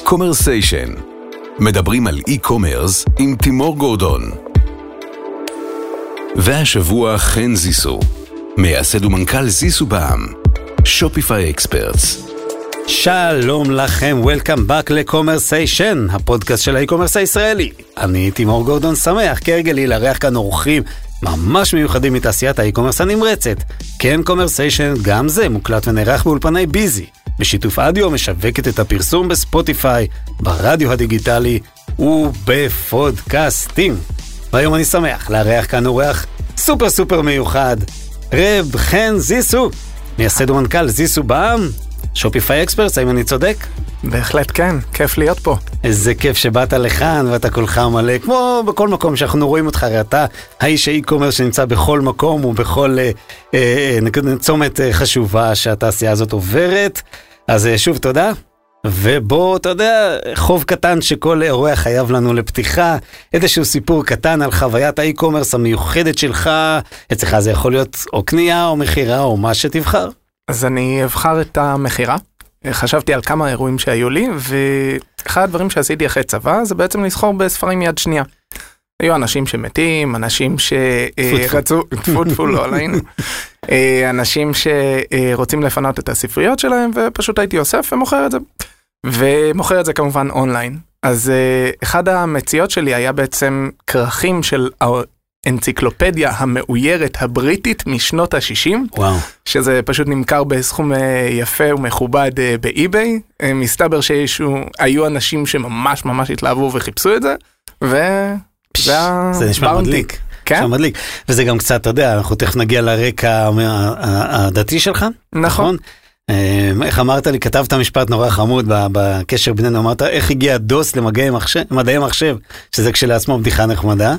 קומרסיישן. מדברים על אי-קומרס עם תימור גורדון. והשבוע חן זיסו, מייסד ומנכ"ל זיסו בע"מ, שופיפיי אקספרטס. שלום לכם, Welcome back לקומרסיישן, הפודקאסט של האי-קומרס הישראלי. אני תימור גורדון, שמח כהרגלי לארח כאן אורחים ממש מיוחדים מתעשיית האי-קומרס הנמרצת. כן, קומרסיישן, גם זה מוקלט ונערך באולפני ביזי. בשיתוף אדיו משווקת את הפרסום בספוטיפיי, ברדיו הדיגיטלי ובפודקאסטים. והיום אני שמח לארח כאן אורח סופר מיוחד, רב חן זיסו, מייסד ומנכ"ל זיסו בע"מ, שופיפיי אקספרטס. האם אני צודק? בהחלט כן, כיף להיות פה. איזה כיף שבאת לכאן ואתה כולך מלא, כמו בכל מקום שאנחנו רואים אותך, הרי אתה האיש האי-קומרס שנמצא בכל מקום ובכל צומת חשובה שהתעשייה הזאת עוברת. אז שוב תודה, ובוא, אתה יודע, חוב קטן שכל אורח חייב לנו לפתיחה, איזשהו סיפור קטן על חוויית האי-קומרס המיוחדת שלך. אצלך זה יכול להיות או קנייה או מחירה או מה שתבחר. אז אני אבחר את המחירה. חשבתי על כמה אירועים שהיו לי, ואחד הדברים שעשיתי אחרי צבא זה בעצם לסחור בספרים יד שנייה. היו אנשים שמתים, אנשים שרצו, טפו לא עלינו, אנשים שרוצים לפנות את הספריות שלהם, ופשוט הייתי אוסף ומוכר את זה. ומוכר את זה כמובן אונליין. אז אחד המציאות שלי היה בעצם כרכים של האנציקלופדיה המאוירת הבריטית משנות ה-60, וואו. שזה פשוט נמכר בסכום יפה ומכובד באי-ביי. מסתבר שהיו אנשים שממש התלהבו וחיפשו את זה, זה נשמע מדליק. כן? מדליק. וזה גם קצת, אתה יודע, אנחנו תכף נגיע לרקע הדתי שלך. נכון. איך אמרת לי, כתבת משפט נורא חמוד בקשר בינינו, אמרת איך הגיע דוס למדעי מחשב, שזה כשלעצמו בדיחה נחמדה.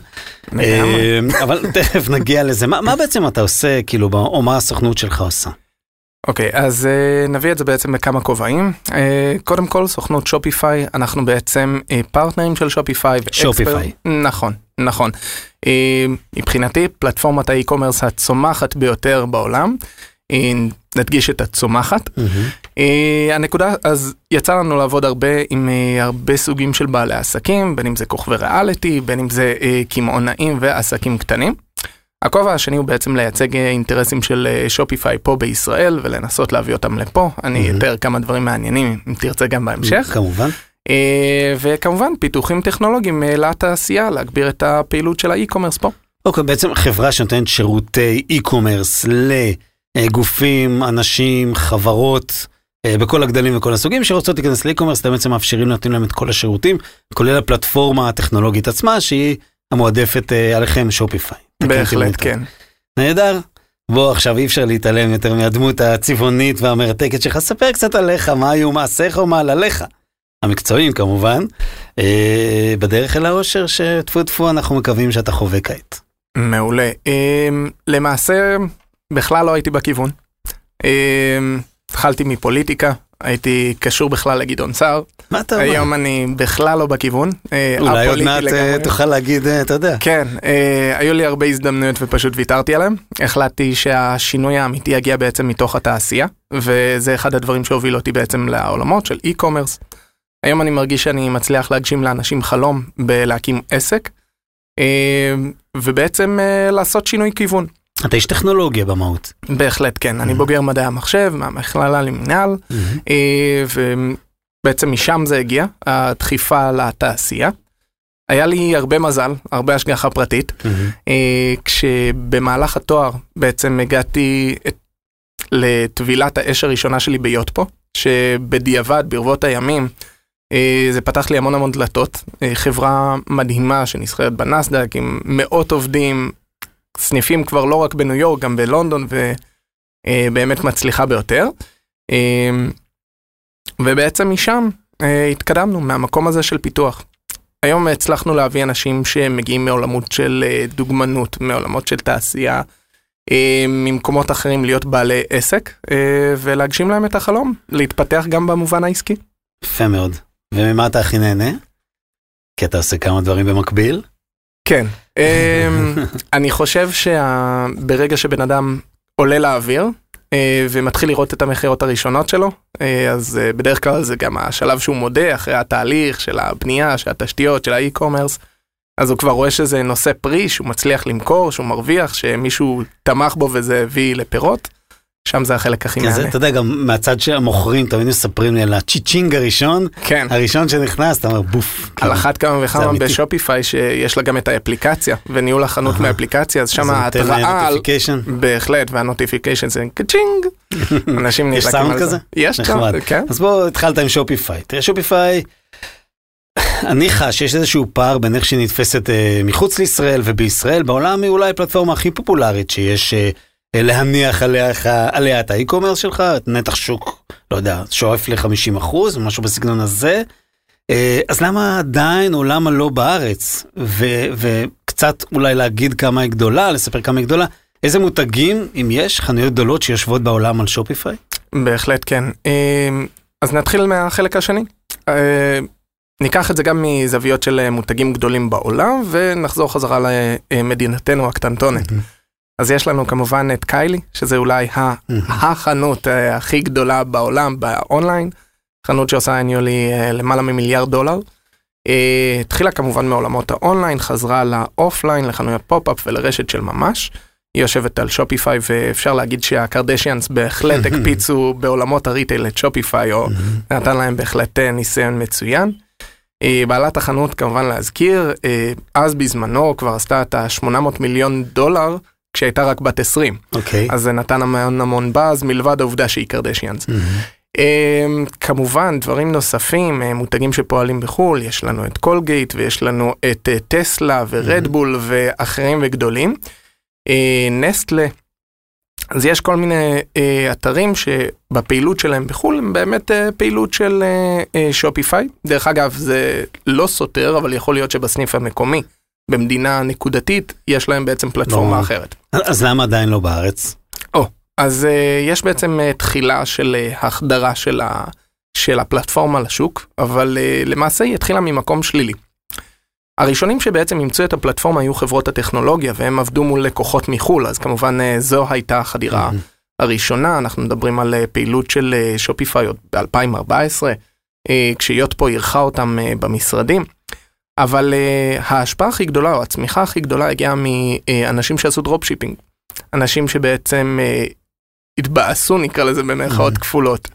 אבל תכף נגיע לזה. מה בעצם אתה עושה, כאילו, או מה הסוכנות שלך עושה? אוקיי, אז נביא את זה בעצם בכמה כובעים. קודם כל, סוכנות שופיפיי, אנחנו בעצם פרטנרים של שופיפיי. שופיפיי. נכון. מבחינתי, פלטפורמת האי-קומרס הצומחת ביותר בעולם. נדגיש את הצומחת. הנקודה, אז יצא לנו לעבוד הרבה עם הרבה סוגים של בעלי עסקים, בין אם זה כוכבי ריאליטי, בין אם זה קמעונאים ועסקים קטנים. הכובע השני הוא בעצם לייצג אינטרסים של שופיפיי פה בישראל, ולנסות להביא אותם לפה. אני אתאר כמה דברים מעניינים, אם תרצה גם בהמשך. כמובן. וכמובן, פיתוחים טכנולוגיים לתעשייה, להגביר את הפעילות של האי-קומרס פה. אוקיי, בעצם חברה שנותנת שירותי אי-קומרס לגופים, אנשים, חברות, בכל הגדלים וכל הסוגים שרוצות להיכנס לאי-קומרס, אתם בעצם מאפשרים לתת להם את כל השירותים, כולל הפלטפורמה הטכנולוגית עצמה, שהיא המועדפת עליכם, שופיפיי. בהחלט, כן. נהדר. בוא, עכשיו אי אפשר להתעלם יותר מהדמות הצבעונית והמרתקת שלך. ספר קצת עליך, מה היו מעשיך או מעלליך. המקצועיים כמובן, בדרך אל האושר שטפו אנחנו מקווים שאתה חווה כעת. מעולה. למעשה, בכלל לא הייתי בכיוון. התחלתי מפוליטיקה, הייתי קשור בכלל לגדעון סער. מה אתה אומר? היום אני בכלל לא בכיוון. אולי עוד מעט תוכל להגיד, אתה יודע. כן, היו לי הרבה הזדמנויות ופשוט ויתרתי עליהם. החלטתי שהשינוי האמיתי יגיע בעצם מתוך התעשייה, וזה אחד הדברים שהוביל אותי בעצם לעולמות של אי-קומרס. היום אני מרגיש שאני מצליח להגשים לאנשים חלום בלהקים עסק, ובעצם לעשות שינוי כיוון. אתה יש טכנולוגיה במהות. בהחלט, כן. אני בוגר מדעי המחשב, מהמכללה למינהל, ובעצם משם זה הגיע, הדחיפה לתעשייה. היה לי הרבה מזל, הרבה השגחה פרטית, כשבמהלך התואר בעצם הגעתי לטבילת האש הראשונה שלי ביוטפו, שבדיעבד, ברבות הימים, זה פתח לי המון דלתות. חברה מדהימה שנסחרת בנסדק, עם מאות עובדים, סניפים כבר לא רק בניו יורק, גם בלונדון, ובאמת מצליחה ביותר. ובעצם משם התקדמנו מהמקום הזה של פיתוח. היום הצלחנו להביא אנשים שמגיעים מעולמות של דוגמנות, מעולמות של תעשייה, ממקומות אחרים להיות בעלי עסק, ולהגשים להם את החלום, להתפתח גם במובן העסקי. יפה מאוד. וממה אתה הכי נהנה? כי אתה עושה כמה דברים במקביל? כן. אני חושב שברגע שבן אדם עולה לאוויר, ומתחיל לראות את המחירות הראשונות שלו, אז בדרך כלל זה גם השלב שהוא מודה אחרי התהליך של הבנייה, של התשתיות, של האי-קומרס, אז הוא כבר רואה שזה נושא פרי, שהוא מצליח למכור, שהוא מרוויח, שמישהו תמך בו וזה הביא לפירות, שם זה החלק הכי מענה. אתה יודע, גם מהצד שהמוכרים, תמיד מספרים לי על הצ'יצ'ינג הראשון, הראשון שנכנס, אתה אומר בוף. על אחת כמה וכמה בשופיפיי, שיש לה גם את האפליקציה, וניהול החנות מהאפליקציה, אז שם ההתראה, בהחלט, והנוטיפיקיישן זה קצ'ינג, אנשים נדלקים על זה. יש סאונד כזה? יש, כן. אז בוא, התחלת עם שופיפיי. תראה, שופיפיי, אני חש שיש איזשהו פער בין איך שהיא נתפסת מחוץ לישראל ובישראל, בעולם היא אולי הפלטפורמה הכי פופולרית שיש להניח עליה את האי-קומרס שלך, את נתח שוק, לא יודע, שואף ל-50%, משהו בסגנון הזה. אז למה עדיין או למה לא בארץ? וקצת אולי להגיד כמה היא גדולה, לספר כמה היא גדולה. איזה מותגים, אם יש, חנויות גדולות שיושבות בעולם על שופיפיי? בהחלט כן. אז נתחיל מהחלק השני. ניקח את זה גם מזוויות של מותגים גדולים בעולם, ונחזור חזרה למדינתנו הקטנטונת. אז יש לנו כמובן את קיילי, שזה אולי החנות הכי גדולה בעולם, באונליין, חנות שעושה אניולי למעלה ממיליארד דולר. התחילה כמובן מעולמות האונליין, חזרה לאופליין, לחנויות פופ-אפ ולרשת של ממש. היא יושבת על שופיפיי, ואפשר להגיד שהקרדשיאנס בהחלט הקפיצו בעולמות הריטייל את שופיפיי, או נתן להם בהחלט ניסיון מצוין. בעלת החנות כמובן להזכיר, אז בזמנו כבר עשתה את $800 מיליון, כשהייתה רק בת 20. אז זה נתן המון באז, מלבד העובדה שהיא קרדשיאנס. כמובן, דברים נוספים, מותגים שפועלים בחול, יש לנו את קולגייט, ויש לנו את טסלה ורדבול ואחרים וגדולים. נסטלה, אז יש כל מיני אתרים שבפעילות שלהם בחול, הם באמת פעילות של שופיפיי. דרך אגב, זה לא סותר, אבל יכול להיות שבסניף המקומי, במדינה נקודתית, יש להם בעצם פלטפורמה אחרת. אז למה עדיין לא בארץ? אז יש בעצם תחילה של החדרה של הפלטפורמה לשוק, אבל למעשה היא התחילה ממקום שלילי. הראשונים שבעצם ימצאו את הפלטפורמה היו חברות הטכנולוגיה, והם עבדו מול לקוחות מחול, אז כמובן זו הייתה החדירה הראשונה. אנחנו מדברים על פעילות של שופיפיי עוד ב-2014, כשהיות פה ערכה אותם במשרדים. אבל ההשפעה הכי גדולה, או הצמיחה הכי גדולה, הגיעה מאנשים שעשו דרופשיפינג. אנשים שבעצם התבאסו, נקרא לזה במרכאות כפולות,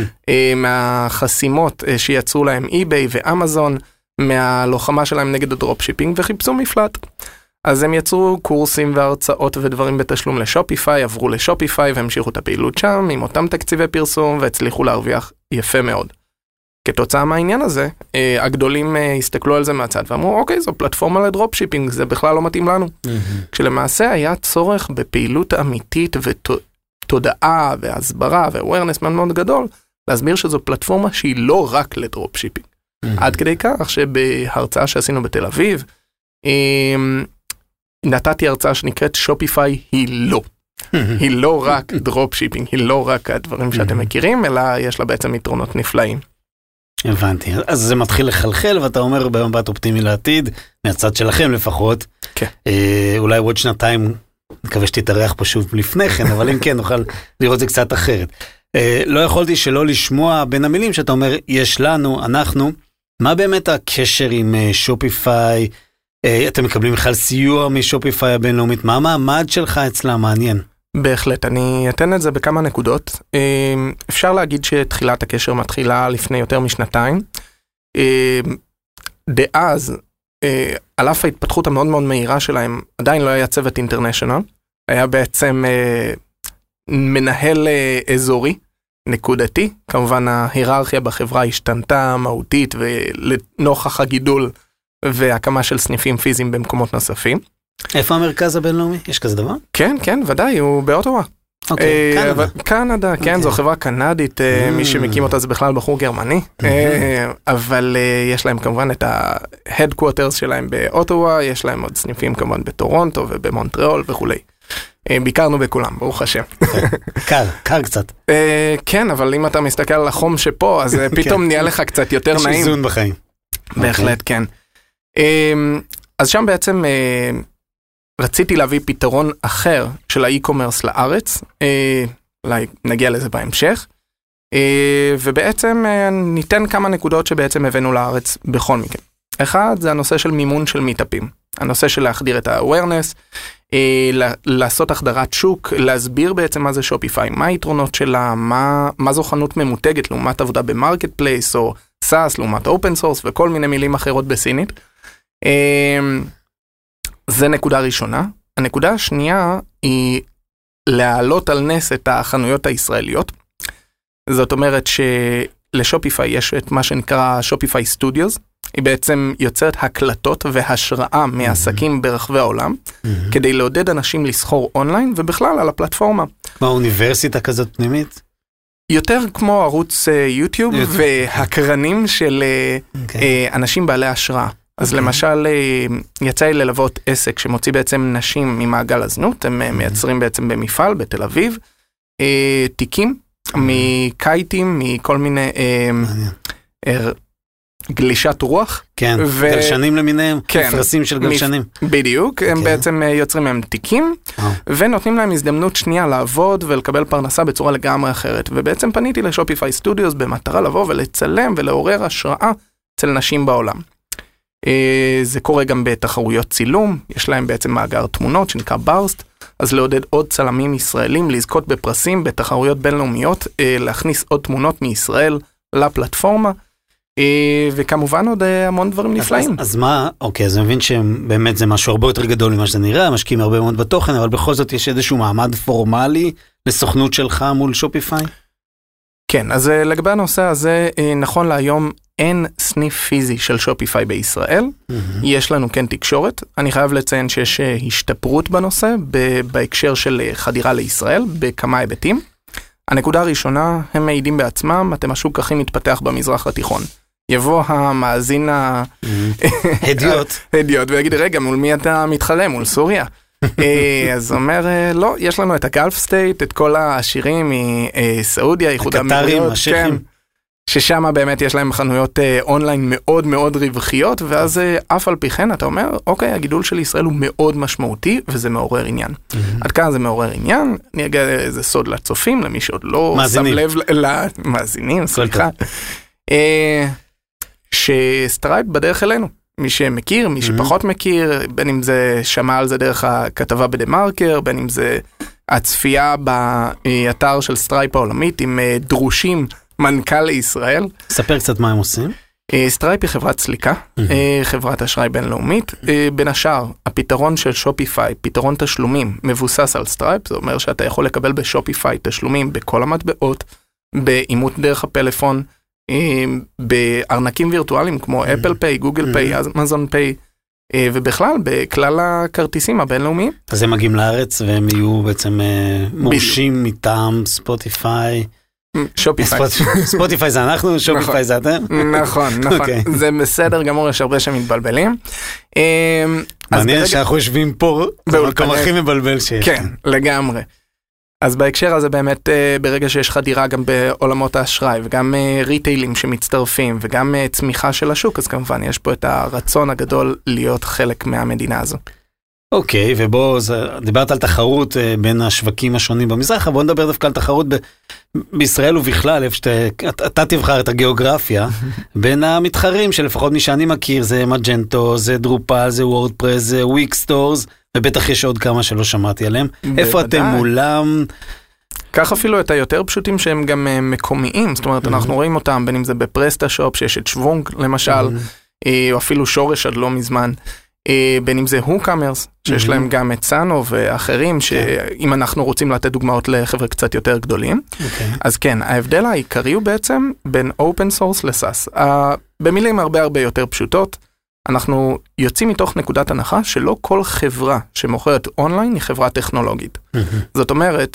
מהחסימות שיצרו להם eBay ואמזון, מהלוחמה שלהם נגד הדרופשיפינג, וחיפשו מפלט. אז הם יצרו קורסים והרצאות ודברים בתשלום לשופיפיי, עברו לשופיפיי והמשיכו את הפעילות שם, עם אותם תקציבי פרסום, והצליחו להרוויח יפה מאוד. כתוצאה מהעניין הזה, הגדולים הסתכלו על זה מהצד, ואמרו, אוקיי, זו פלטפורמה לדרופשיפינג, זה בכלל לא מתאים לנו. כשלמעשה היה צורך בפעילות אמיתית ותודעה והסברה ו-awareness מאוד גדול, להסביר שזו פלטפורמה שהיא לא רק לדרופשיפינג. עד כדי כך שבהרצאה שעשינו בתל אביב, נתתי הרצאה שנקראת שופיפיי היא לא. היא לא רק דרופשיפינג, היא לא רק הדברים שאתם מכירים, אלא יש לה בעצם יתרונות נפלאים. הבנתי, אז זה מתחיל לחלחל, ואתה אומר במבט אופטימי לעתיד, מהצד שלכם לפחות. כן. אולי עוד שנתיים, מקווה שתתארח פה שוב לפני כן, אבל אם כן, נוכל לראות את זה קצת אחרת. לא יכולתי שלא לשמוע בין המילים שאתה אומר, יש לנו, אנחנו, מה באמת הקשר עם שופיפיי? אתם מקבלים בכלל סיוע משופיפיי הבינלאומית? מה המעמד שלך אצלה? מעניין. בהחלט, אני אתן את זה בכמה נקודות. אפשר להגיד שתחילת הקשר מתחילה לפני יותר משנתיים. דאז, על אף ההתפתחות המאוד מאוד מהירה שלהם, עדיין לא היה צוות אינטרנשיונל. היה בעצם מנהל אזורי, נקודתי. כמובן ההיררכיה בחברה השתנתה מהותית ולנוכח הגידול והקמה של סניפים פיזיים במקומות נוספים. איפה המרכז הבינלאומי? יש כזה דבר? כן, כן, ודאי, הוא באוטווה. קנדה, כן, זו חברה קנדית, מי שמקים אותה זה בכלל בחור גרמני, אבל יש להם כמובן את ה-headquarters שלהם באוטווה, יש להם עוד סניפים כמובן בטורונטו ובמונטריאול וכו'. ביקרנו בכולם, ברוך השם. קר קצת. כן, אבל אם אתה מסתכל על החום שפה, אז פתאום נהיה לך קצת יותר נעים. יש איזון בחיים. בהחלט, כן. אז שם בעצם רציתי להביא פתרון אחר של האי-קומרס לארץ. אולי נגיע לזה בהמשך. ובעצם ניתן כמה נקודות שבעצם הבאנו לארץ בכל מקרה. אחד, זה הנושא של מימון של מיטאפים. הנושא של להחדיר את ה-awareness, לעשות החדרת שוק, להסביר בעצם מה זה שופיפיי, מה היתרונות שלה, מה זו חנות ממותגת לעומת עבודה במרקט פלייס או SaaS לעומת אופן סורס וכל מיני מילים אחרות בסינית. זה נקודה ראשונה. הנקודה השנייה היא להעלות על נס את החנויות הישראליות. זאת אומרת שלשופיפיי יש את מה שנקרא שופיפיי סטודיוס, היא בעצם יוצרת הקלטות והשראה מעסקים ברחבי העולם, כדי לעודד אנשים לסחור אונליין ובכלל על הפלטפורמה. מה, אוניברסיטה כזאת פנימית? יותר כמו ערוץ יוטיוב והקרנים של אנשים בעלי השראה. אז למשל, יצא לי ללוות עסק שמוציא בעצם נשים ממעגל הזנות, הם מייצרים בעצם במפעל בתל אביב, תיקים מקייטים, מכל מיני גלישת רוח. כן, גלשנים למיניהם, מפרסים של גלשנים. בדיוק, הם בעצם יוצרים מהם תיקים, ונותנים להם הזדמנות שנייה לעבוד ולקבל פרנסה בצורה לגמרי אחרת. ובעצם פניתי לשופיפיי סטודיוס במטרה לבוא ולצלם ולעורר השראה אצל נשים בעולם. זה קורה גם בתחרויות צילום, יש להם בעצם מאגר תמונות שנקרא ברסט, אז לעודד עוד צלמים ישראלים לזכות בפרסים בתחרויות בינלאומיות, להכניס עוד תמונות מישראל לפלטפורמה, וכמובן עוד המון דברים נפלאים. אז מה, אוקיי, אז אני מבין שבאמת זה משהו הרבה יותר גדול ממה שזה נראה, משקיעים הרבה מאוד בתוכן, אבל בכל זאת יש איזשהו מעמד פורמלי לסוכנות שלך מול שופיפיי? כן, אז לגבי הנושא הזה, נכון להיום אין סניף פיזי של שופיפיי בישראל, יש לנו כן תקשורת, אני חייב לציין שיש השתפרות בנושא, בהקשר של חדירה לישראל, בכמה היבטים. הנקודה הראשונה, הם מעידים בעצמם, אתם השוק הכי מתפתח במזרח התיכון. יבוא המאזין הדיוט ויגיד, רגע, מול מי אתה מתחרה? מול סוריה. אז אומר, לא, יש לנו את הגולף סטייט, את כל העשירים מסעודיה, איחוד האמירויות, ששם באמת יש להם חנויות אונליין מאוד מאוד רווחיות, ואז אף על פי כן אתה אומר, אוקיי, הגידול של ישראל הוא מאוד משמעותי, וזה מעורר עניין. עד כאן זה מעורר עניין, אני אגיד איזה סוד לצופים, למי שעוד לא שם לב, למאזינים, סליחה, שסטרייפ בדרך אלינו. מי שמכיר, מי שפחות מכיר, בין אם זה שמע על זה דרך הכתבה בדה-מרקר, בין אם זה הצפייה באתר של סטרייפ העולמית עם דרושים מנכ"ל לישראל. ספר קצת מה הם עושים. סטרייפ היא חברת סליקה, חברת אשראי בינלאומית. בין השאר, הפתרון של שופיפיי, פתרון תשלומים, מבוסס על סטרייפ, זה אומר שאתה יכול לקבל בשופיפיי תשלומים בכל המטבעות, באימות דרך הפלאפון, בארנקים וירטואליים כמו אפל פיי, גוגל פיי, אמזון פיי, ובכלל בכלל הכרטיסים הבינלאומיים. אז הם מגיעים לארץ והם יהיו בעצם מורשים מטעם ספוטיפיי. ספוטיפיי זה אנחנו, שופיפיי זה אתם. נכון, זה בסדר גמור, יש הרבה שמתבלבלים. מעניין שאנחנו יושבים פה, זה המקום הכי מבלבל שיש. כן, לגמרי. אז בהקשר הזה באמת ברגע שיש חדירה גם בעולמות האשראי וגם ריטיילים שמצטרפים וגם צמיחה של השוק, אז כמובן יש פה את הרצון הגדול להיות חלק מהמדינה הזו. אוקיי, ובוא, דיברת על תחרות בין השווקים השונים במזרח, בוא נדבר דווקא על תחרות בישראל ובכלל, איפה שאתה תבחר את הגיאוגרפיה, בין המתחרים שלפחות מי שאני מכיר, זה מג'נטו, זה דרופל, זה וורדפרס, זה וויקסטורס, ובטח יש עוד כמה שלא שמעתי עליהם. איפה אתם מולם? כך אפילו את היותר פשוטים שהם גם מקומיים, זאת אומרת, אנחנו רואים אותם, בין אם זה בפרסטה שופ, שיש את שוונג למשל, או אפילו שורש עד לא מזמן, בין אם זה הוקאמרס, שיש להם גם את סאנו ואחרים, שאם אנחנו רוצים לתת דוגמאות לחבר'ה קצת יותר גדולים, אז כן, ההבדל העיקרי הוא בעצם בין אופן סורס לסאס. במילים הרבה יותר פשוטות, אנחנו יוצאים מתוך נקודת הנחה שלא כל חברה שמוכרת אונליין היא חברה טכנולוגית. זאת אומרת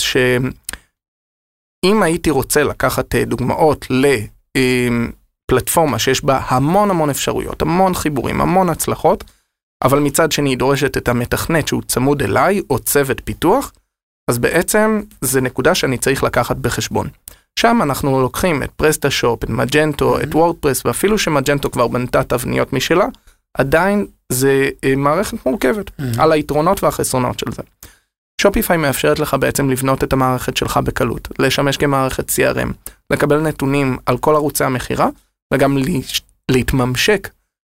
שאם הייתי רוצה לקחת דוגמאות לפלטפורמה שיש בה המון אפשרויות, המון חיבורים, המון הצלחות, אבל מצד שני היא דורשת את המתכנת שהוא צמוד אליי או צוות פיתוח, אז בעצם זה נקודה שאני צריך לקחת בחשבון. שם אנחנו לוקחים את פרסטה שופ, את מג'נטו, את וורדפרס, ואפילו שמג'נטו כבר בנתה תבניות משלה, עדיין זה מערכת מורכבת על היתרונות והחסרונות של זה. שופיפיי מאפשרת לך בעצם לבנות את המערכת שלך בקלות, לשמש כמערכת CRM, לקבל נתונים על כל ערוצי המחירה, וגם להתממשק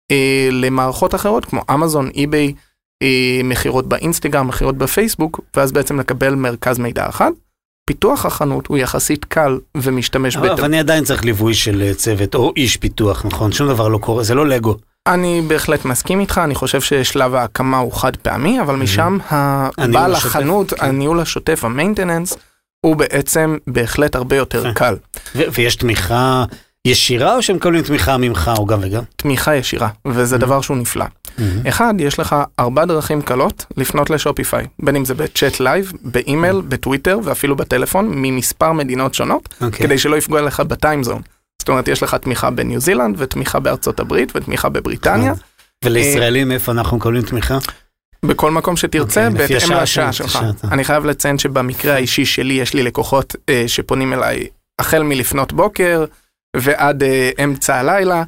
למערכות אחרות, כמו אמזון, eBay, מחירות באינסטגרם, מחירות בפייסבוק, ואז בעצם לקבל מרכז מידע אחד. פיתוח החנות הוא יחסית קל ומשתמש אבל אני עדיין צריך ליווי של צוות או איש פיתוח, נכון? שום דבר לא קורה, זה לא לגו. אני בהחלט מסכים איתך, אני חושב ששלב ההקמה הוא חד פעמי, אבל משם בעל החנות, הניהול השוטף, המיינטננס, הוא בעצם בהחלט הרבה יותר קל. ויש תמיכה ישירה או שהם מקבלים תמיכה ממך או גם וגם? תמיכה ישירה, וזה דבר שהוא נפלא. אחד, יש לך 4 דרכים קלות לפנות לשופיפיי, בין אם זה בצ'אט לייב, באימייל, בטוויטר ואפילו בטלפון, ממספר מדינות שונות, כדי שלא יפגוע לך בטיימזון. זאת אומרת, יש לך תמיכה בניו זילנד, ותמיכה בארצות הברית, ותמיכה בבריטניה. ולישראלים איפה אנחנו מקבלים תמיכה? בכל מקום שתרצה, בהתאם לשעה שלך. אני חייב לציין שבמקרה האישי שלי, יש לי לקוחות שפונים אליי החל מלפנות בוקר, ועד אמצע הלילה,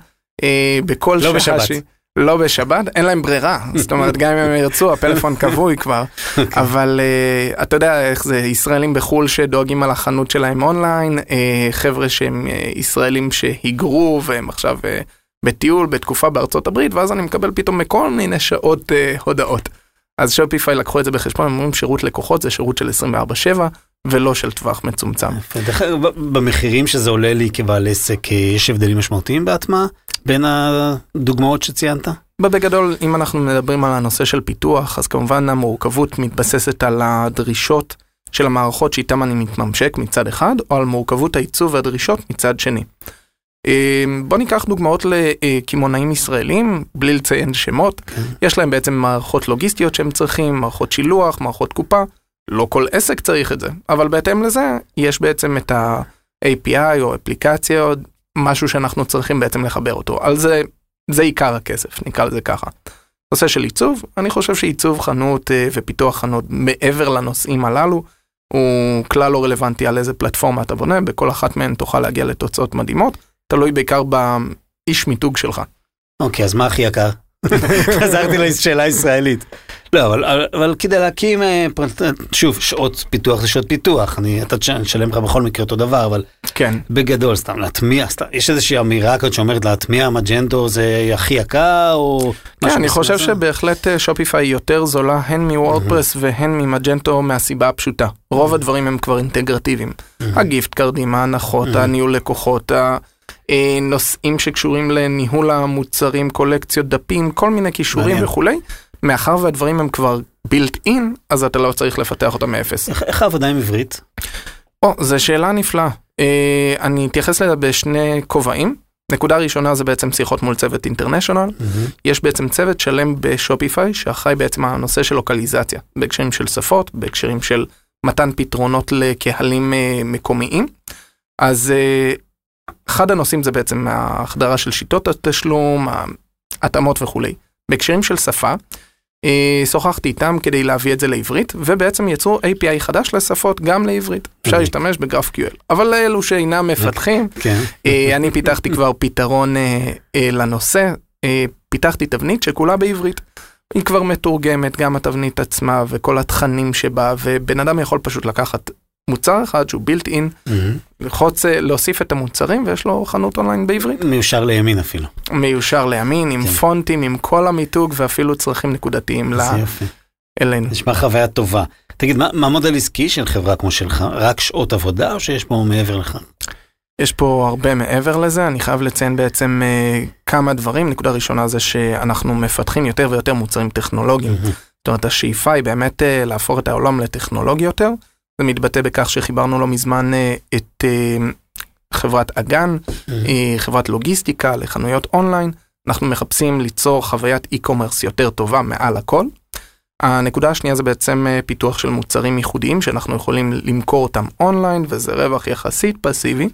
בכל שעה. לא בשבת. לא בשבת, אין להם ברירה. זאת אומרת, גם אם הם ירצו, הפלאפון קבוי כבר. אבל אתה יודע איך זה, ישראלים בחול שדואגים על החנות שלהם אונליין, חבר'ה שהם ישראלים שהיגרו, והם עכשיו בטיול, בתקופה בארצות הברית, ואז אני מקבל פתאום מכל מיני שעות הודעות. אז שופיפיי לקחו את זה בחשבון, הם אומרים שירות לקוחות, זה שירות של 24/7, ולא של טווח מצומצם. במחירים שזה עולה לי כבעל עסק, יש הבדלים משמעותיים בהטמעה בין הדוגמאות שציינת? בגדול, אם אנחנו מדברים על הנושא של פיתוח, אז כמובן המורכבות מתבססת על הדרישות של המערכות שאיתן אני מתממשק מצד אחד, או על מורכבות העיצוב והדרישות מצד שני. בוא ניקח דוגמאות לכימונאים ישראלים, בלי לציין שמות. יש להם בעצם מערכות לוגיסטיות שהם צריכים, מערכות שילוח, מערכות קופה. לא כל עסק צריך את זה, אבל בהתאם לזה יש בעצם את ה-API או אפליקציה, או משהו שאנחנו צריכים בעצם לחבר אותו. על זה, זה עיקר הכסף, נקרא לזה ככה. נושא של עיצוב, אני חושב שעיצוב חנות ופיתוח חנות מעבר לנושאים הללו, הוא כלל לא רלוונטי על איזה פלטפורמה אתה בונה, בכל אחת מהן תוכל להגיע לתוצאות מדהימות, תלוי בעיקר באיש מיתוג שלך. אוקיי, אז מה הכי יקר? חזרתי לשאלה ישראלית. לא, אבל כדי להקים, שוב, שעות פיתוח זה שעות פיתוח, אתה תשלם לך בכל מקרה אותו דבר, אבל בגדול, סתם להטמיע, יש איזושהי אמירה כזאת שאומרת להטמיע מג'נטור זה הכי יקר, או... כן, אני חושב שבהחלט שופיפיי יותר זולה, הן מוורדפרס והן ממג'נטור מהסיבה הפשוטה. רוב הדברים הם כבר אינטגרטיביים. הגיפט קארדים, ההנחות, הניהול לקוחות, נושאים שקשורים לניהול המוצרים, קולקציות, דפים, כל מיני קישורים וכולי. מאחר והדברים הם כבר built in, אז אתה לא צריך לפתח אותם מאפס. איך העבודה עם עברית? זו שאלה נפלאה. אני אתייחס לזה בשני כובעים. נקודה ראשונה זה בעצם שיחות מול צוות אינטרנשיונל. יש בעצם צוות שלם בשופיפיי, שאחראי בעצם הנושא של לוקליזציה, בהקשרים של שפות, בהקשרים של מתן פתרונות לקהלים מקומיים. אז אחד הנושאים זה בעצם ההחדרה של שיטות התשלום, התאמות וכולי. בהקשרים של שפה, שוחחתי איתם כדי להביא את זה לעברית, ובעצם יצרו API חדש לשפות גם לעברית. אפשר להשתמש ב-GraphQL. אבל לאלו שאינם מפתחים, אני פיתחתי כבר פתרון לנושא, פיתחתי תבנית שכולה בעברית. היא כבר מתורגמת, גם התבנית עצמה וכל התכנים שבה, ובן אדם יכול פשוט לקחת מוצר אחד שהוא built in, לחוץ להוסיף את המוצרים, ויש לו חנות אונליין בעברית. מיושר לימין אפילו. מיושר לימין, עם פונטים, עם כל המיתוג, ואפילו צרכים נקודתיים אלינו. נשמע חוויה טובה. תגיד, מה מודל עסקי של חברה כמו שלך? רק שעות עבודה, או שיש פה מעבר לך? יש פה הרבה מעבר לזה, אני חייב לציין בעצם כמה דברים. נקודה ראשונה זה שאנחנו מפתחים יותר ויותר מוצרים טכנולוגיים. זאת אומרת, השאיפה היא באמת להפוך את העולם לטכנולוגי יותר. זה מתבטא בכך שחיברנו לא מזמן את חברת אגן, חברת לוגיסטיקה לחנויות אונליין. אנחנו מחפשים ליצור חוויית e-commerce יותר טובה מעל הכל. הנקודה השנייה זה בעצם פיתוח של מוצרים ייחודיים שאנחנו יכולים למכור אותם אונליין, וזה רווח יחסית פסיבי.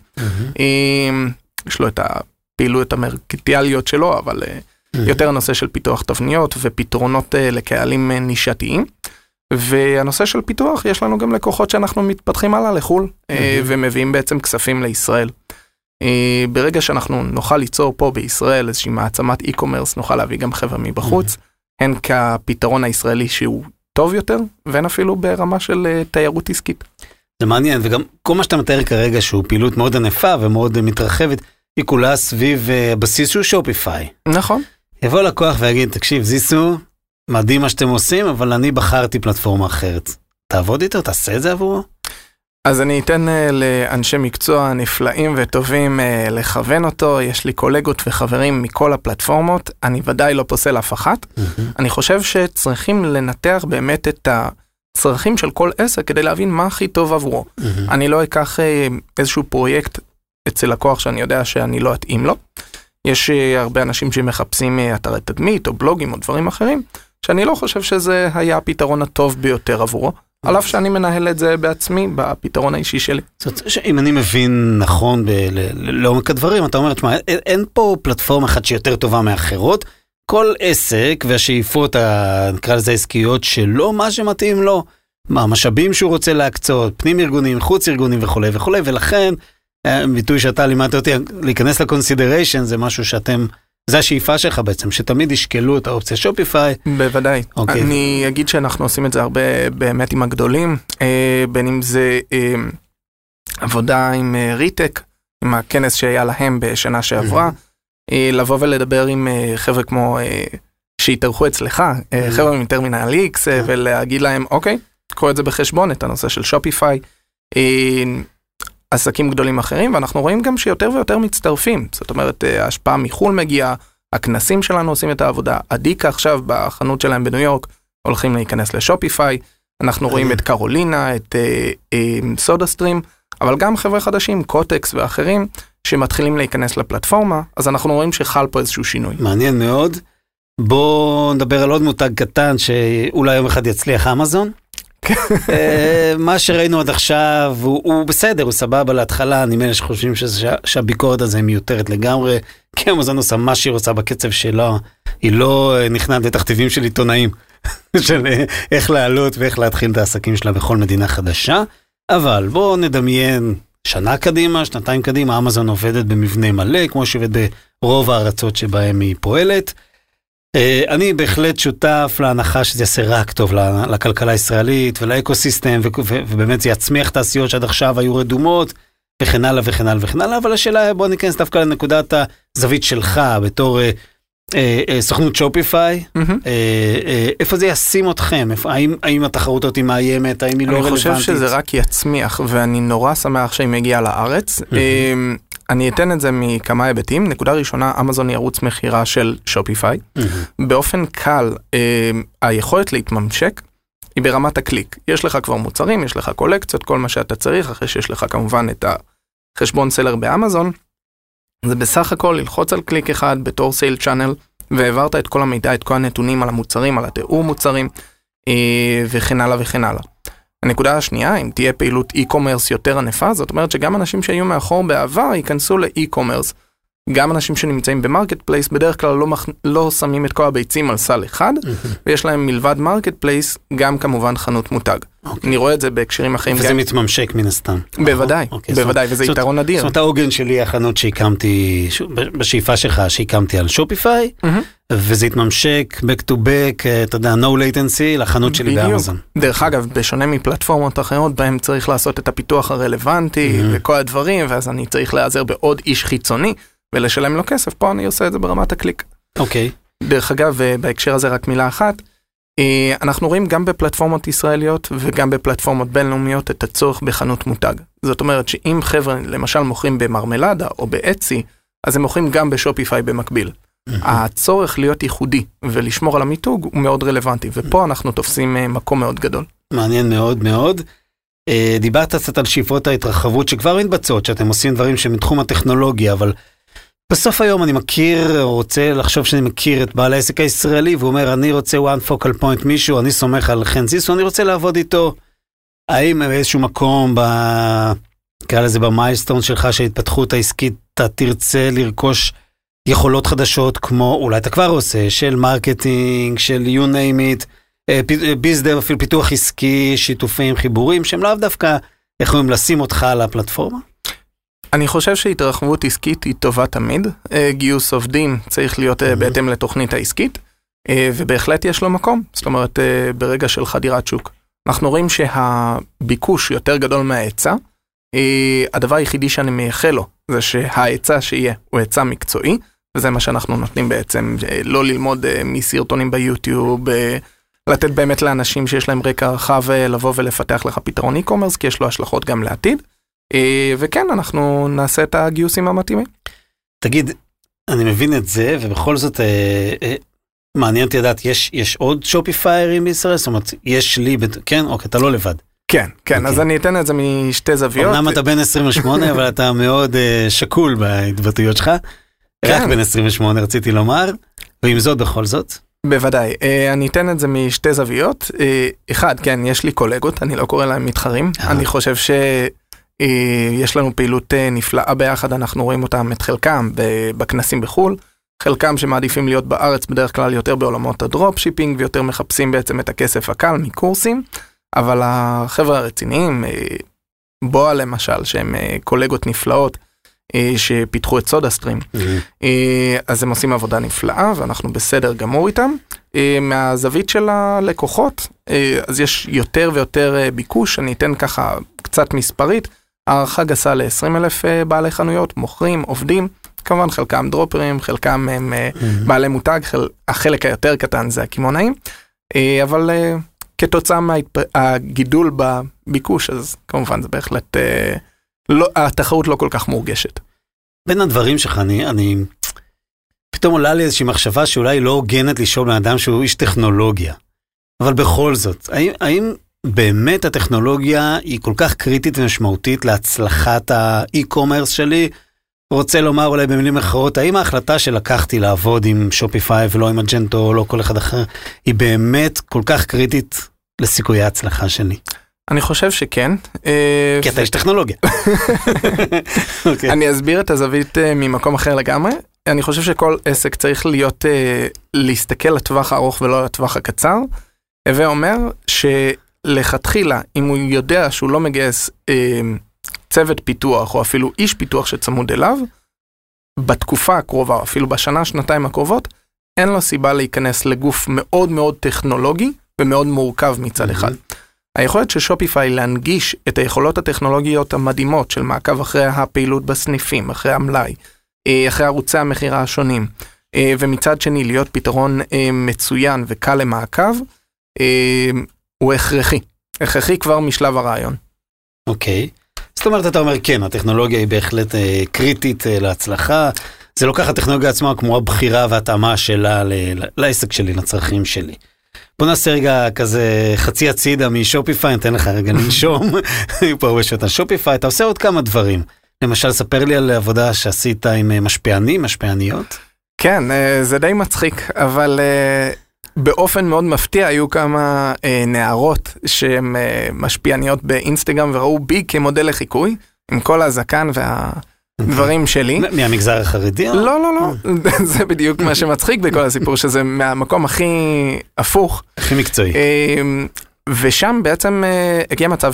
יש לו את הפעילויות המרקטיאליות שלו, אבל יותר נושא של פיתוח תבניות ופתרונות לקהלים נישתיים. והנושא של פיתוח, יש לנו גם לקוחות שאנחנו מתפתחים הלאה לחול, ומביאים בעצם כספים לישראל. ברגע שאנחנו נוכל ליצור פה בישראל איזושהי מעצמת e-commerce, נוכל להביא גם חבר'ה מבחוץ, הן כפתרון הישראלי שהוא טוב יותר, ואין אפילו ברמה של תיירות עסקית. זה מעניין, וגם כל מה שאתה מתאר כרגע שהוא פעילות מאוד ענפה ומאוד מתרחבת, היא כולה סביב בסיס שהוא שופיפיי. נכון. יבוא לקוח ויגיד, תקשיב, זיסו, מדהים מה שאתם עושים, אבל אני בחרתי פלטפורמה אחרת. תעבוד איתו, תעשה את זה עבורו? אז אני אתן לאנשי מקצוע נפלאים וטובים לכוון אותו, יש לי קולגות וחברים מכל הפלטפורמות, אני ודאי לא פוסל אף אחת. אני חושב שצריכים לנתח באמת את הצרכים של כל עסק כדי להבין מה הכי טוב עבורו. אני לא אקח איזשהו פרויקט אצל לקוח שאני יודע שאני לא אתאים לו. יש הרבה אנשים שמחפשים אתרי תדמית או בלוגים או דברים אחרים, שאני לא חושב שזה היה הפתרון הטוב ביותר עבורו. על אף שאני מנהל את זה בעצמי, בפתרון האישי שלי. זאת אומרת, אם אני מבין נכון לעומק הדברים, אתה אומר, תשמע, אין פה פלטפורמה אחת שיותר טובה מאחרות, כל עסק והשאיפות, נקרא לזה עסקיות שלו, מה שמתאים לו, מה המשאבים שהוא רוצה להקצות, פנים ארגונים, חוץ ארגונים וכו' וכו', ולכן, ביטוי שאתה לימדת אותי, להיכנס לקונסידריישן, זה משהו שאתם, זה השאיפה שלך בעצם, שתמיד ישקלו את האופציה שופיפיי. בוודאי. אני אגיד שאנחנו עושים את זה הרבה באמת עם הגדולים, בין אם זה עבודה עם ריטק, עם הכנס שהיה להם בשנה שעברה, לבוא ולדבר עם חבר'ה כמו שהתארחו אצלך, חבר'ה מטרמינל X, ולהגיד להם, אוקיי, קחו את זה בחשבון, את הנושא של שופיפיי, עסקים גדולים אחרים, ואנחנו רואים גם שיותר ויותר מצטרפים. זאת אומרת, ההשפעה מחול מגיעה, הכנסים שלנו עושים את העבודה, אדיקה עכשיו בחנות שלהם בניו יורק, הולכים להיכנס לשופיפיי, אנחנו רואים את קרולינה, את סודה סטרים, אבל גם חבר'ה חדשים, קוטקס ואחרים, שמתחילים להיכנס לפלטפורמה, אז אנחנו רואים שחל פה איזשהו שינוי. מעניין מאוד. בואו נדבר על עוד מותג קטן, שאולי יום אחד יצליח אמזון. מה שראינו עד עכשיו הוא בסדר, הוא סבבה להתחלה, אני מאלה שחושבים שהביקורת הזה מיותרת לגמרי, כי אמזון עושה מה שהיא רוצה בקצב שלה, היא לא נכנעת לתכתיבים של עיתונאים, של איך לעלות ואיך להתחיל את העסקים שלה בכל מדינה חדשה, אבל בואו נדמיין שנה קדימה, שנתיים קדימה, אמזון עובדת במבנה מלא, כמו שעובד ברוב הארצות שבהם היא פועלת, אני בהחלט שותף להנחה שזה יעשה רק טוב לכלכלה הישראלית ולאקוסיסטם, ובאמת זה יצמיח תעשיות שעד עכשיו היו רדומות, וכן הלאה וכן הלאה וכן הלאה, אבל השאלה, בוא ניכנס דווקא לנקודת הזווית שלך, בתור סוכנות שופיפיי, איפה זה ישים אתכם? האם התחרות אותי מאיימת? האם היא לא רלוונטית? אני חושב שזה רק יצמיח, ואני נורא שמח שהיא מגיעה לארץ. אני אתן את זה מכמה היבטים. נקודה ראשונה, אמזון היא ערוץ מחירה של שופיפיי. באופן קל, היכולת להתממשק היא ברמת הקליק. יש לך כבר מוצרים, יש לך קולקציות, כל מה שאתה צריך, אחרי שיש לך כמובן את החשבון סלר באמזון. זה בסך הכל ללחוץ על קליק אחד בתור סייל צ'אנל, והעברת את כל המידע, את כל הנתונים על המוצרים, על התיאור מוצרים, וכן הלאה וכן הלאה. הנקודה השנייה, אם תהיה פעילות e-commerce יותר ענפה, זאת אומרת שגם אנשים שהיו מאחור בעבר ייכנסו ל-e-commerce. גם אנשים שנמצאים במרקט פלייס בדרך כלל לא שמים את כל הביצים על סל אחד, ויש להם מלבד מרקט פלייס גם כמובן חנות מותג. אני רואה את זה בהקשרים אחרים. וזה מתממשק מן הסתם. בוודאי, בוודאי, וזה יתרון אדיר. זאת אומרת, העוגן שלי, החנות שהקמתי, בשאיפה שלך, שהקמתי על שופיפיי, וזה התממשק back to back, אתה יודע, no latency, לחנות שלי באמזון. דרך אגב, בשונה מפלטפורמות אחרות, בהם צריך לעשות את הפיתוח הרלוונטי, וכל הדברים, ואז אני צריך להיעזר בעוד איש חיצוני, ולשלם לו כסף, פה אני עושה את זה ברמת הקליק. אוקיי. דרך אגב, בהקשר הזה רק מילה אחת, אנחנו רואים גם בפלטפורמות ישראליות וגם בפלטפורמות בינלאומיות את הצורך בחנות מותג. זאת אומרת שאם חבר'ה למשל מוכרים במרמלדה או באצי, אז הם מוכרים גם בשופיפיי במקביל. הצורך להיות ייחודי ולשמור על המיתוג הוא מאוד רלוונטי, ופה אנחנו תופסים מקום מאוד גדול. מעניין מאוד מאוד. דיברת קצת על שאיפות ההתרחבות שכבר מתבצעות, שאתם עושים דברים שמתחום הטכנולוגיה, אבל בסוף היום אני מכיר, רוצה לחשוב שאני מכיר את בעל העסק הישראלי, והוא אומר, אני רוצה one focal point מישהו, אני סומך על חן זיסו, אני רוצה לעבוד איתו. האם באיזשהו מקום, נקרא לזה במיילסטון שלך, שההתפתחות העסקית, אתה תרצה לרכוש יכולות חדשות, כמו אולי אתה כבר עושה, של מרקטינג, של you name it, ביזדב, אפילו פיתוח עסקי, שיתופים, חיבורים, שהם לאו דווקא יכולים לשים אותך על הפלטפורמה? אני חושב שהתרחבות עסקית היא טובה תמיד. גיוס עובדים צריך להיות בהתאם לתוכנית העסקית. ובהחלט יש לו מקום, זאת אומרת, ברגע של חדירת שוק. אנחנו רואים שהביקוש יותר גדול מההיצע, הדבר היחידי שאני מייחל לו, זה שההיצע שיהיה הוא היצע מקצועי, וזה מה שאנחנו נותנים בעצם, לא ללמוד מסרטונים ביוטיוב, לתת באמת לאנשים שיש להם רקע רחב לבוא ולפתח לך פתרון e-commerce, כי יש לו השלכות גם לעתיד, וכן, אנחנו נעשה את הגיוסים המתאימים. תגיד, אני מבין את זה, ובכל זאת, מעניין אותי לדעת, יש עוד שופיפיירים בישראל? זאת אומרת, יש לי, כן? אוקיי, אתה לא לבד. כן, כן, אז אני אתן את זה משתי זוויות. אמנם אתה בן 28, אבל אתה מאוד שקול בהתבטאויות שלך. רק בן 28 רציתי לומר, ועם זאת בכל זאת. בוודאי, אני אתן את זה משתי זוויות. אחד, כן, יש לי קולגות, אני לא קורא להם מתחרים. אני חושב שיש לנו פעילות נפלאה ביחד, אנחנו רואים אותם את חלקם בכנסים בחול, חלקם שמעדיפים להיות בארץ בדרך כלל יותר בעולמות הדרופ שיפינג, ויותר מחפשים בעצם את הכסף הקל מקורסים, אבל החבר'ה הרציניים, בואה למשל, שהם קולגות נפלאות, שפיתחו את סודה סטרים, אז הם עושים עבודה נפלאה, ואנחנו בסדר גמור איתם. מהזווית של הלקוחות, אז יש יותר ויותר ביקוש, אני אתן ככה קצת מספרית, הערכה גסה ל-20,000 בעלי חנויות, מוכרים, עובדים, כמובן חלקם דרופרים, חלקם הם בעלי מותג, החלק היותר קטן זה הכימונאים, אבל כתוצאה מהגידול בביקוש, אז כמובן זה בהחלט, התחרות לא כל כך מורגשת. בין הדברים שלך, אני פתאום עולה לי איזושהי מחשבה שאולי לא הוגנת לשאול לאדם שהוא איש טכנולוגיה, אבל בכל זאת, האם באמת הטכנולוגיה היא כל כך קריטית ומשמעותית להצלחת האי-קומרס שלי? רוצה לומר אולי במילים אחרות, האם ההחלטה שלקחתי לעבוד עם שופיפיי ולא עם אג'נטו או לא כל אחד אחר, היא באמת כל כך קריטית לסיכויי ההצלחה שלי? אני חושב שכן. כי אתה איש טכנולוגיה. אני אסביר את הזווית ממקום אחר לגמרי. אני חושב שכל עסק צריך להסתכל לטווח הארוך ולא לטווח הקצר, ואומר שלכתחילה, אם הוא יודע שהוא לא מגייס צוות פיתוח, או אפילו איש פיתוח שצמוד אליו, בתקופה הקרובה, אפילו בשנה, שנתיים הקרובות, אין לו סיבה להיכנס לגוף מאוד מאוד טכנולוגי, ומאוד מורכב מצד אחד. היכולת של שופיפיי להנגיש את היכולות הטכנולוגיות המדהימות של מעקב אחרי הפעילות בסניפים, אחרי המלאי, אחרי ערוצי המחירה השונים, ומצד שני להיות פתרון מצוין וקל למעקב, הוא הכרחי. הכרחי כבר משלב הרעיון. אוקיי. זאת אומרת, אתה אומר, כן, הטכנולוגיה היא בהחלט קריטית להצלחה. זה לוקח הטכנולוגיה עצמה כמו הבחירה והתאמה שלה לעסק שלי, לצרכים שלי. בוא נעשה רגע כזה חצי הצידה משופיפיי, נתן לך רגע לנשום, פה הרבה שאתה שופיפיי, אתה עושה עוד כמה דברים. למשל, ספר לי על עבודה שעשית עם משפיענים, משפיעניות. כן, זה די מצחיק, אבל באופן מאוד מפתיע היו כמה נערות שהן משפיעניות באינסטגרם וראו בי כמודל לחיקוי, עם כל הזקן והדברים שלי. מהמגזר החרדי? לא, לא, לא. זה בדיוק מה שמצחיק בכל הסיפור, שזה מהמקום הכי הפוך. הכי מקצועי. ושם בעצם הגיע מצב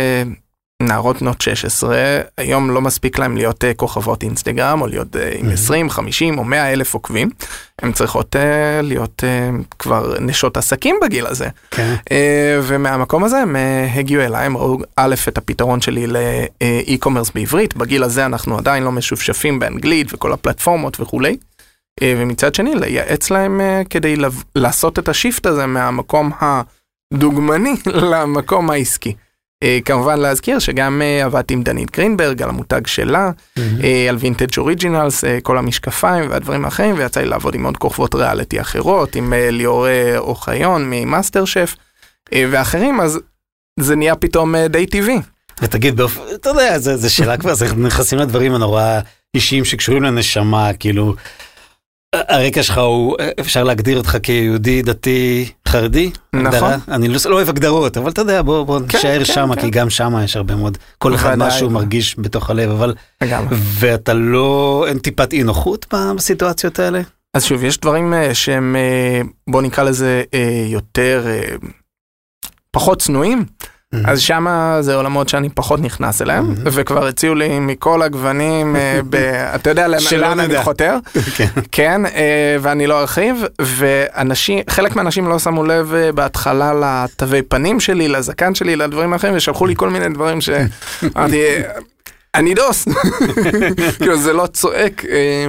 נערות בנות 16, היום לא מספיק להם להיות כוכבות אינסטגרם, או להיות עם 20, 50 או 100 אלף עוקבים, הן צריכות להיות כבר נשות עסקים בגיל הזה. ומהמקום הזה הם הגיעו אליי, הם ראו א' את הפתרון שלי לאי-קומרס בעברית, בגיל הזה אנחנו עדיין לא משופשפים באנגלית וכל הפלטפורמות וכולי, ומצד שני לייעץ להם כדי לעשות את השיפט הזה מהמקום הדוגמני למקום העסקי. כמובן להזכיר שגם עבדתי עם דנית גרינברג על המותג שלה, על וינטג' אוריג'ינלס, כל המשקפיים והדברים האחרים, ויצא לי לעבוד עם עוד כוכבות ריאליטי אחרות, עם ליאור אוחיון ממאסטר שף, ואחרים, אז זה נהיה פתאום די טבעי. ותגיד, אתה יודע, זה שאלה כבר, זה נכנסים לדברים הנורא אישיים שקשורים לנשמה, כאילו, הרקע שלך הוא, אפשר להגדיר אותך כיהודי דתי חרדי? נכון. אני לא אוהב הגדרות, אבל אתה יודע, בוא נשאר שם, כי גם שם יש הרבה מאוד, כל אחד משהו מרגיש בתוך הלב, אבל, ואתה לא, אין טיפת אי נוחות בסיטואציות האלה? אז שוב, יש דברים שהם, בוא נקרא לזה יותר, פחות צנועים, אז שמה זה עולמות שאני פחות נכנס אליהם, וכבר הציעו לי מכל הגוונים, אתה יודע לאן אני חותר, כן, ואני לא ארחיב, וחלק מהאנשים לא שמו לב בהתחלה לתווי פנים שלי, לזקן שלי, לדברים האחרים, ושלחו לי כל מיני דברים שאמרתי, אני דוס, כאילו זה לא צועק,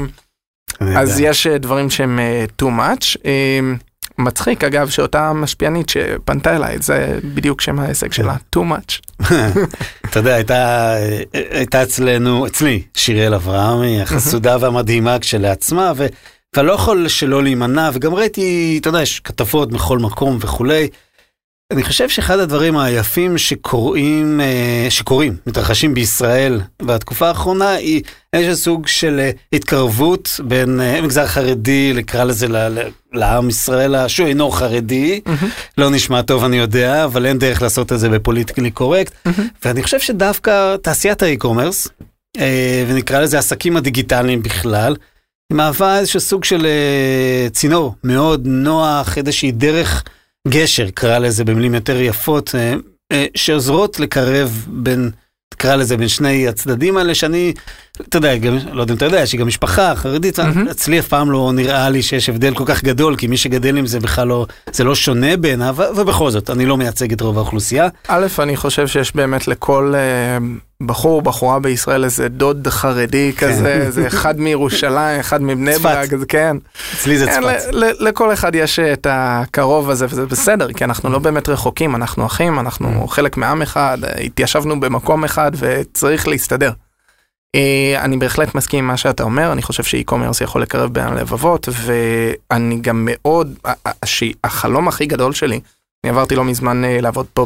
אז יש דברים שהם too much, מצחיק אגב שאותה משפיענית שפנתה אליי, זה בדיוק שם העסק שלה, too much. אתה יודע, הייתה אצלי שיראל אברהמי, החסודה והמדהימה כשלעצמה, ואני לא יכול שלא להימנע, וגם ראיתי, אתה יודע, יש כתבות בכל מקום וכולי, אני חושב שאחד הדברים היפים שקורים, מתרחשים בישראל בתקופה האחרונה, היא איזה סוג של התקרבות בין מגזר חרדי, לקרא לזה לעם ישראל, שהוא אינו חרדי, לא נשמע טוב אני יודע, אבל אין דרך לעשות את זה בפוליטיקלי קורקט, ואני חושב שדווקא תעשיית האי-קומרס, ונקרא לזה עסקים הדיגיטליים בכלל, מהווה איזשהו סוג של צינור מאוד נוח, איזושהי דרך גשר, קרא לזה במילים יותר יפות, שעוזרות לקרב בין, קרא לזה בין שני הצדדים האלה, שאני, אתה יודע, לא יודע אם אתה יודע, שגם משפחה חרדית, אצלי אף פעם לא נראה לי שיש הבדל כל כך גדול, כי מי שגדל עם זה בכלל לא, זה לא שונה בעיניו, ובכל זאת, אני לא מייצג את רוב האוכלוסייה. א', אני חושב שיש באמת לכל בחור או בחורה בישראל איזה דוד חרדי כזה, זה אחד מירושלים, אחד מבני ברק, כן. אצלי זה צפת. לכל אחד יש את הקרוב הזה, וזה בסדר, כי אנחנו לא באמת רחוקים, אנחנו אחים, אנחנו חלק מעם אחד, התיישבנו במקום אחד, וצריך להסתדר. אני בהחלט מסכים עם מה שאתה אומר, אני חושב שאי-קומרס יכול לקרב בין הלבבות, ואני גם מאוד, החלום הכי גדול שלי, אני עברתי לא מזמן לעבוד פה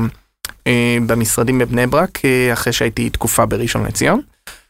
במשרדים בבני ברק, אחרי שהייתי תקופה בראשון לציון,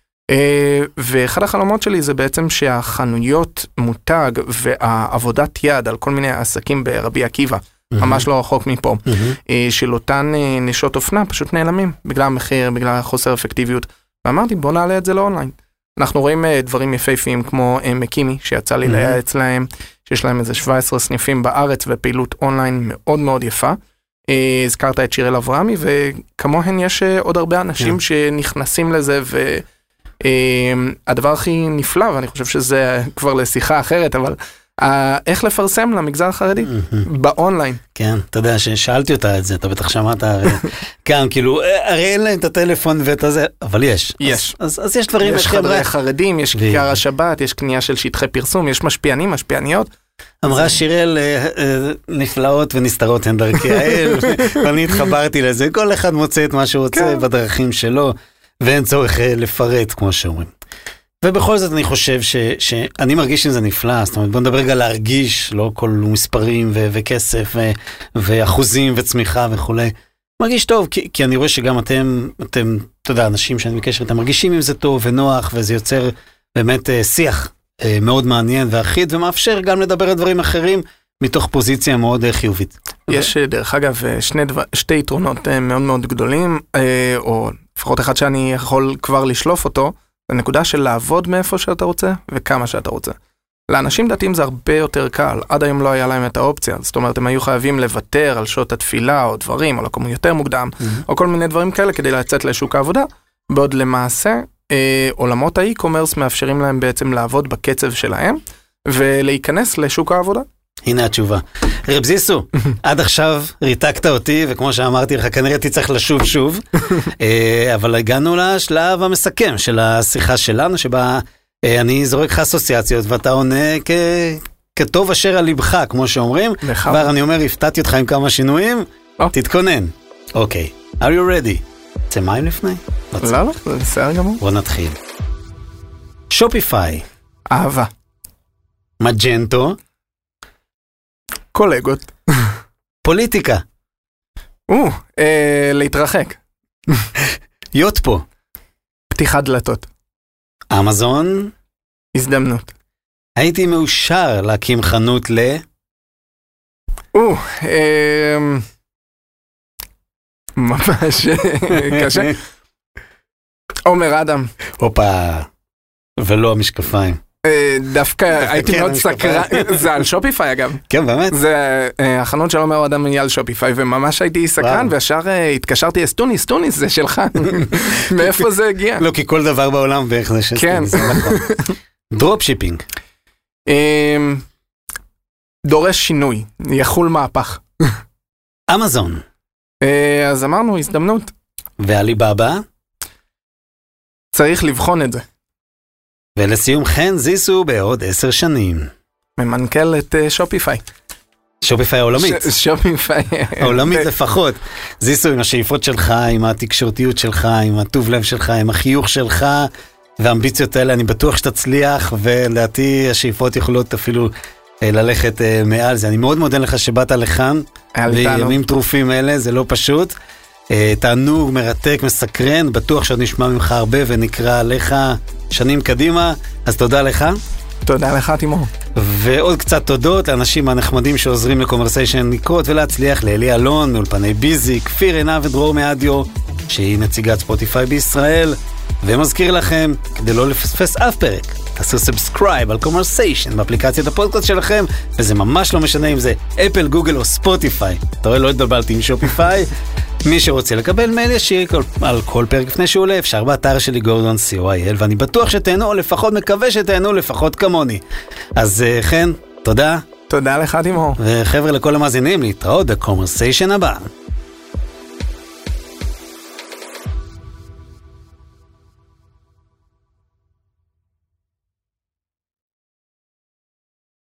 ואחד החלומות שלי זה בעצם שהחנויות מותג והעבודת יד על כל מיני עסקים ברבי עקיבא, ממש לא רחוק מפה, של אותן נשות אופנה פשוט נעלמים, בגלל המחיר, בגלל חוסר אפקטיביות, ואמרתי בוא נעלה את זה לאונליין. אנחנו רואים דברים יפהפיים כמו מקימי, שיצא לי לייעץ להם, שיש להם איזה 17 סניפים בארץ ופעילות אונליין מאוד מאוד יפה. הזכרת את שיראל אברהמי, וכמוהן יש עוד הרבה אנשים שנכנסים לזה, והדבר הכי נפלא, ואני חושב שזה כבר לשיחה אחרת, אבל איך לפרסם למגזר החרדי באונליין. כן, אתה יודע ששאלתי אותה את זה, אתה בטח שמעת, כן, כאילו, הרי אין להם את הטלפון ואת הזה, אבל יש. יש. אז יש דברים... יש חדרי חרדים, יש כיכר השבת, יש קנייה של שטחי פרסום, יש משפיענים, משפיעניות. אמרה שיראל, נפלאות ונסתרות הן דרכי האל, ואני התחברתי לזה, כל אחד מוצא את מה שהוא רוצה בדרכים שלו, ואין צורך לפרט, כמו שאומרים. ובכל זאת אני חושב שאני מרגיש שזה נפלא, זאת אומרת, בוא נדבר רגע להרגיש, לא כל מספרים וכסף ואחוזים וצמיחה וכו'. מרגיש טוב, כי אני רואה שגם אתם, אתה יודע, אנשים שאני בקשר, אתם מרגישים עם זה טוב ונוח, וזה יוצר באמת שיח מאוד מעניין ואחיד, ומאפשר גם לדבר על דברים אחרים, מתוך פוזיציה מאוד חיובית. יש דרך אגב שתי יתרונות מאוד מאוד גדולים, או לפחות אחד שאני יכול כבר לשלוף אותו, זה נקודה של לעבוד מאיפה שאתה רוצה, וכמה שאתה רוצה. לאנשים דתיים זה הרבה יותר קל, עד היום לא היה להם את האופציה, זאת אומרת, הם היו חייבים לוותר על שעות התפילה, או דברים, או לקום יותר מוקדם, או כל מיני דברים כאלה, כדי לצאת לשוק העבודה, בעוד למעשה, עולמות האי-קומרס מאפשרים להם בעצם לעבוד בקצב שלהם, ולהיכנס לשוק העבודה. הנה התשובה. רב זיסו, עד עכשיו ריתקת אותי, וכמו שאמרתי לך, כנראה תצטרך לשוב שוב, אבל הגענו לשלב המסכם של השיחה שלנו, שבה אני זורק לך אסוציאציות, ואתה עונה כטוב אשר על לבך, כמו שאומרים, כבר אני אומר, הפתעתי אותך עם כמה שינויים, תתכונן. אוקיי, are you ready? זה מים לפני? לא, זה בסדר גמור. בוא נתחיל. שופיפיי. אהבה. מג'נטו. קולגות. פוליטיקה. להתרחק. יוטפו. פתיחת דלתות. אמזון. הזדמנות. הייתי מאושר להקים חנות ממש קשה. עומר אדם. הופה. ולא המשקפיים. דווקא הייתי מאוד סקרן, זה על שופיפיי אגב. כן, באמת. זה החנות של עומר אדם היא על שופיפיי, וממש הייתי סקרן, וישר התקשרתי, סטוניס, זה שלך. מאיפה זה הגיע? לא, כי כל דבר בעולם בערך זה של סטוניס. דרופשיפינג. דורש שינוי, יחול מהפך. אמזון. אז אמרנו, הזדמנות. ועליבאבא? צריך לבחון את זה. ולסיום חן זיסו בעוד 10 שנים. ממנכ"ל את שופיפיי. שופיפיי העולמית. שופיפיי. העולמית לפחות. זיסו עם השאיפות שלך, עם התקשורתיות שלך, עם הטוב לב שלך, עם החיוך שלך, והאמביציות האלה, אני בטוח שתצליח, ולדעתי השאיפות יכולות אפילו ללכת מעל זה. אני מאוד מודה לך שבאת לכאן, בימים טרופים אלה, זה לא פשוט. תענוג, מרתק, מסקרן, בטוח שעוד נשמע ממך הרבה ונקרא עליך שנים קדימה, אז תודה לך. תודה לך, תימור. ועוד קצת תודות לאנשים הנחמדים שעוזרים לקונברסיישן לקרות ולהצליח, לאלי אלון מאולפני ביזי, כפיר עינה ודרור מאדיו, שהיא נציגת ספוטיפיי בישראל, ומזכיר לכם, כדי לא לפספס אף פרק, תעשו סאבסקרייב על קונברסיישן באפליקציית הפודקאסט שלכם, וזה ממש לא משנה אם זה אפל, גוגל או ספוטיפיי. אתה רואה, לא התבלבלתי עם שופיפיי. מי שרוצה לקבל מייל ישיר על כל פרק לפני שהוא עולה, אפשר באתר שלי גורדון co.il, ואני בטוח שתהנו, או לפחות מקווה שתהנו לפחות כמוני. אז חן, תודה. תודה לך, תימור. וחבר'ה, לכל המאזינים, להתראות בקונברסיישן הבא.